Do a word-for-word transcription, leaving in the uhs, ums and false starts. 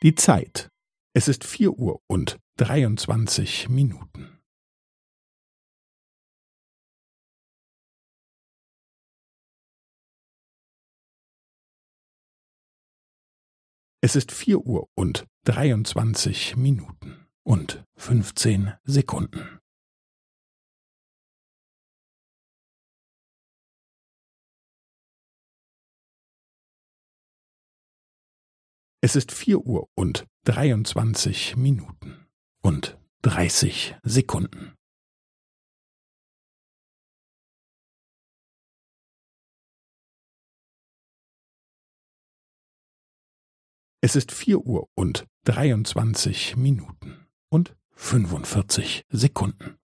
Die Zeit. Es ist vier Uhr und dreiundzwanzig Minuten. Es ist vier Uhr und dreiundzwanzig Minuten und fünfzehn Sekunden. Es ist vier Uhr und dreiundzwanzig Minuten und dreißig Sekunden. Es ist vier Uhr und dreiundzwanzig Minuten und fünfundvierzig Sekunden.